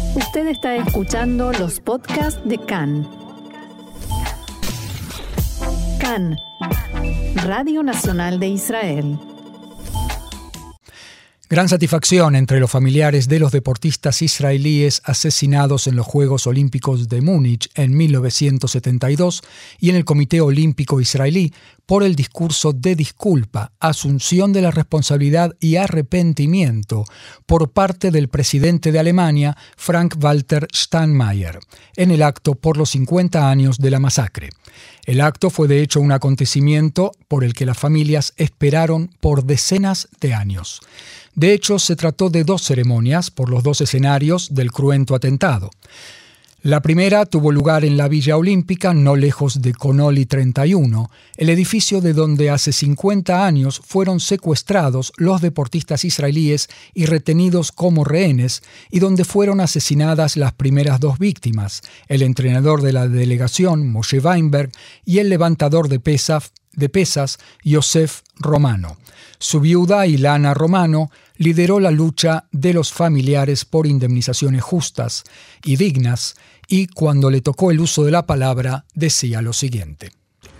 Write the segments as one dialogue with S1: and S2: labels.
S1: Usted está escuchando los podcasts de CAN. CAN, Radio Nacional de Israel.
S2: Gran satisfacción entre los familiares de los deportistas israelíes asesinados en los Juegos Olímpicos de Múnich en 1972 y en el Comité Olímpico Israelí por el discurso de disculpa, asunción de la responsabilidad y arrepentimiento por parte del presidente de Alemania, Frank-Walter Steinmeier, en el acto por los 50 años de la masacre. El acto fue de hecho un acontecimiento por el que las familias esperaron por decenas de años. De hecho, se trató de dos ceremonias por los dos escenarios del cruento atentado. La primera tuvo lugar en la Villa Olímpica, no lejos de Connolly 31, el edificio de donde hace 50 años fueron secuestrados los deportistas israelíes y retenidos como rehenes, y donde fueron asesinadas las primeras dos víctimas, el entrenador de la delegación, Moshe Weinberg, y el levantador de pesas, Yosef Romano. Su viuda, Ilana Romano, lideró la lucha de los familiares por indemnizaciones justas y dignas, y cuando le tocó el uso de la palabra, decía lo siguiente.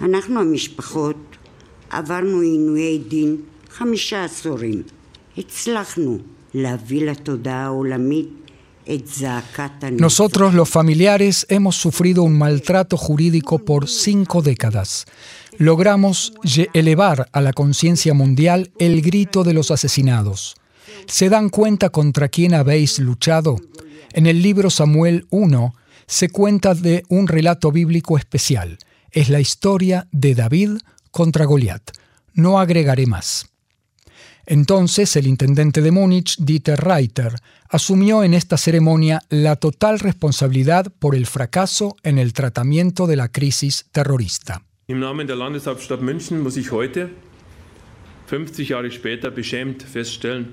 S2: Nosotros, los familiares, hemos sufrido un maltrato jurídico por 5 décadas. Logramos elevar a la conciencia mundial el grito de los asesinados. ¿Se dan cuenta contra quién habéis luchado? En el libro Samuel 1 se cuenta de un relato bíblico especial. Es la historia de David contra Goliat. No agregaré más. Entonces el intendente de Múnich, Dieter Reiter, asumió en esta ceremonia la total responsabilidad por el fracaso en el tratamiento de la crisis terrorista.
S3: Im Namen der Landeshauptstadt München muss ich heute, 50 Jahre später, beschämt feststellen,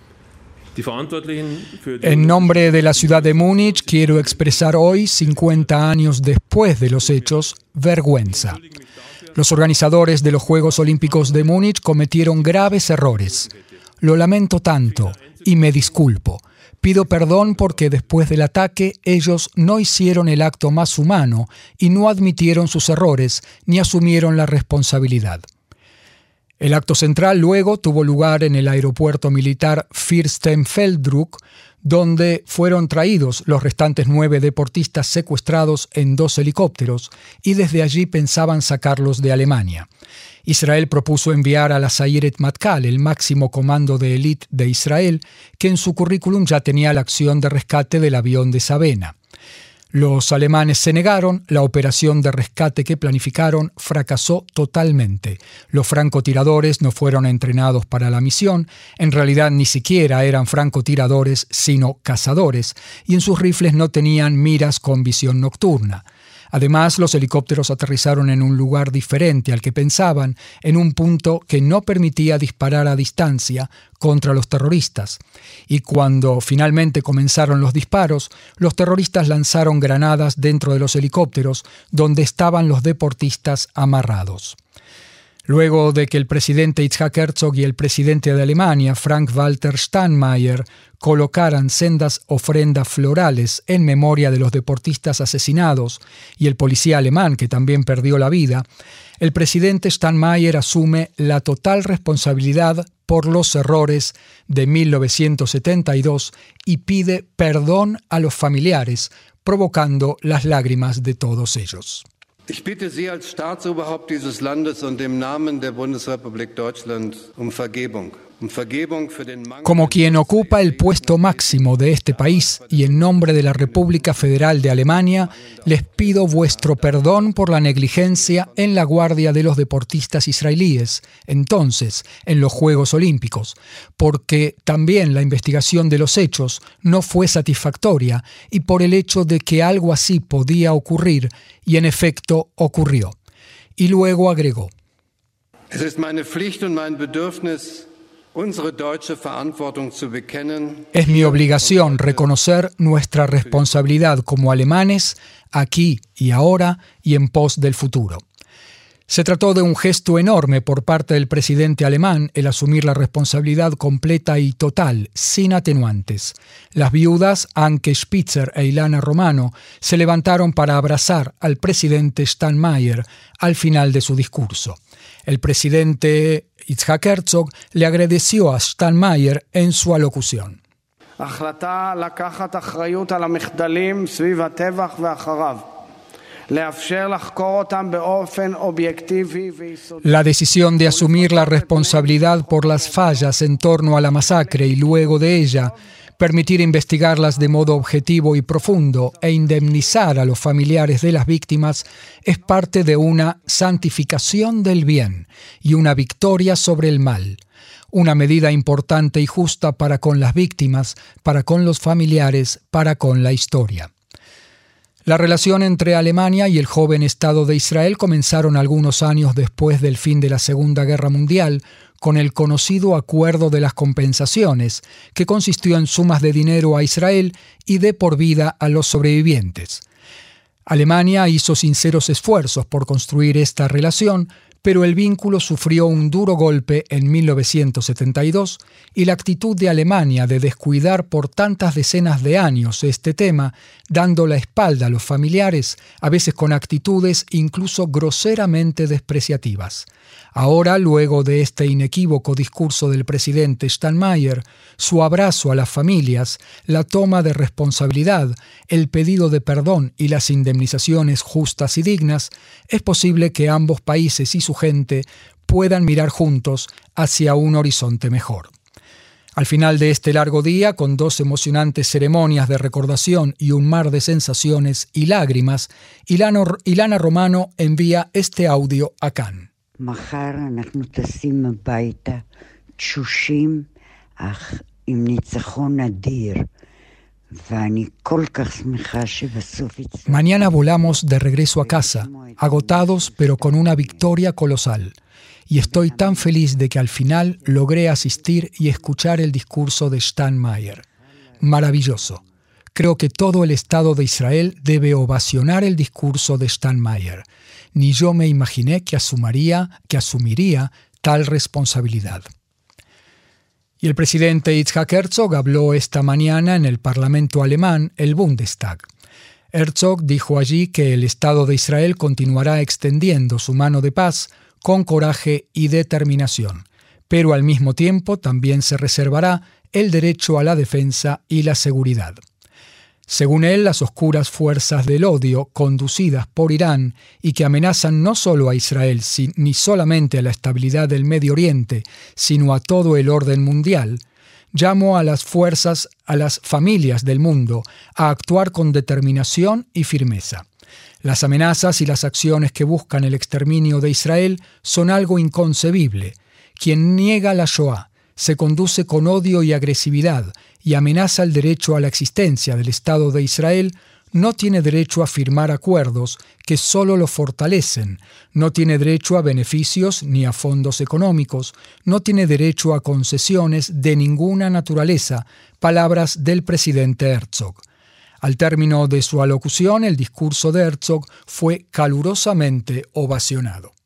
S2: en nombre de la ciudad de Múnich, quiero expresar hoy, 50 años después de los hechos, vergüenza. Los organizadores de los Juegos Olímpicos de Múnich cometieron graves errores. Lo lamento tanto y me disculpo. Pido perdón porque después del ataque ellos no hicieron el acto más humano y no admitieron sus errores ni asumieron la responsabilidad. El acto central luego tuvo lugar en el aeropuerto militar Fürstenfeldbruck, donde fueron traídos los restantes 9 deportistas secuestrados en 2 helicópteros y desde allí pensaban sacarlos de Alemania. Israel propuso enviar a la Sayeret Matkal, el máximo comando de élite de Israel, que en su currículum ya tenía la acción de rescate del avión de Sabena. Los alemanes se negaron, la operación de rescate que planificaron fracasó totalmente. Los francotiradores no fueron entrenados para la misión, en realidad ni siquiera eran francotiradores, sino cazadores, y en sus rifles no tenían miras con visión nocturna. Además, los helicópteros aterrizaron en un lugar diferente al que pensaban, en un punto que no permitía disparar a distancia contra los terroristas. Y cuando finalmente comenzaron los disparos, los terroristas lanzaron granadas dentro de los helicópteros donde estaban los deportistas amarrados. Luego de que el presidente Yitzhak Herzog y el presidente de Alemania, Frank-Walter Steinmeier, colocaran sendas ofrendas florales en memoria de los deportistas asesinados y el policía alemán que también perdió la vida, el presidente Steinmeier asume la total responsabilidad por los errores de 1972 y pide perdón a los familiares, provocando las lágrimas de todos ellos.
S4: Ich bitte Sie als Staatsoberhaupt dieses Landes und im Namen der Bundesrepublik Deutschland um Vergebung.
S2: Como quien ocupa el puesto máximo de este país y en nombre de la República Federal de Alemania, les pido vuestro perdón por la negligencia en la guardia de los deportistas israelíes, entonces, en los Juegos Olímpicos, porque también la investigación de los hechos no fue satisfactoria y por el hecho de que algo así podía ocurrir, y en efecto ocurrió. Y luego agregó:
S4: Es ist meine Pflicht und mein Bedürfnis,
S2: es mi obligación reconocer nuestra responsabilidad como alemanes aquí y ahora y en pos del futuro. Se trató de un gesto enorme por parte del presidente alemán el asumir la responsabilidad completa y total, sin atenuantes. Las viudas Anke Spitzer e Ilana Romano se levantaron para abrazar al presidente Steinmeier al final de su discurso. El presidente Yitzhak Herzog le agradeció a Steinmeier en su alocución.
S5: החלטה לקחת אחריות על המחדלים סביב הטבח ואחריו.
S2: La decisión de asumir la responsabilidad por las fallas en torno a la masacre y luego de ella, permitir investigarlas de modo objetivo y profundo e indemnizar a los familiares de las víctimas es parte de una santificación del bien y una victoria sobre el mal. Una medida importante y justa para con las víctimas, para con los familiares, para con la historia. La relación entre Alemania y el joven Estado de Israel comenzaron algunos años después del fin de la Segunda Guerra Mundial, con el conocido Acuerdo de las Compensaciones, que consistió en sumas de dinero a Israel y de por vida a los sobrevivientes. Alemania hizo sinceros esfuerzos por construir esta relación, pero el vínculo sufrió un duro golpe en 1972 y la actitud de Alemania de descuidar por tantas decenas de años este tema, dando la espalda a los familiares, a veces con actitudes incluso groseramente despreciativas. Ahora, luego de este inequívoco discurso del presidente Steinmeier, su abrazo a las familias, la toma de responsabilidad, el pedido de perdón y las indemnizaciones justas y dignas, es posible que ambos países y su gente puedan mirar juntos hacia un horizonte mejor. Al final de este largo día, con 2 emocionantes ceremonias de recordación y un mar de sensaciones y lágrimas, Ilana Romano envía este audio a Cannes.
S6: מחר אנחנו טסים הביתה תשושים אך עם ניצחון אדיר ואני כל כך שמחה שבסוף
S2: Mañana volamos de regreso a casa, agotados pero con una victoria colosal. Y estoy tan feliz de que al final logré asistir y escuchar el discurso de Steinmeier. Maravilloso. Creo que todo el Estado de Israel debe ovacionar el discurso de Steinmeier. Ni yo me imaginé que asumiría tal responsabilidad. Y el presidente Yitzhak Herzog habló esta mañana en el Parlamento alemán, el Bundestag. Herzog dijo allí que el Estado de Israel continuará extendiendo su mano de paz con coraje y determinación, pero al mismo tiempo también se reservará el derecho a la defensa y la seguridad. Según él, las oscuras fuerzas del odio conducidas por Irán y que amenazan no solo a Israel ni solamente a la estabilidad del Medio Oriente, sino a todo el orden mundial, llamo a las familias del mundo a actuar con determinación y firmeza. Las amenazas y las acciones que buscan el exterminio de Israel son algo inconcebible. Quien niega la Shoah se conduce con odio y agresividad y amenaza el derecho a la existencia del Estado de Israel, no tiene derecho a firmar acuerdos que solo lo fortalecen, no tiene derecho a beneficios ni a fondos económicos, no tiene derecho a concesiones de ninguna naturaleza, palabras del presidente Herzog. Al término de su alocución, el discurso de Herzog fue calurosamente ovacionado.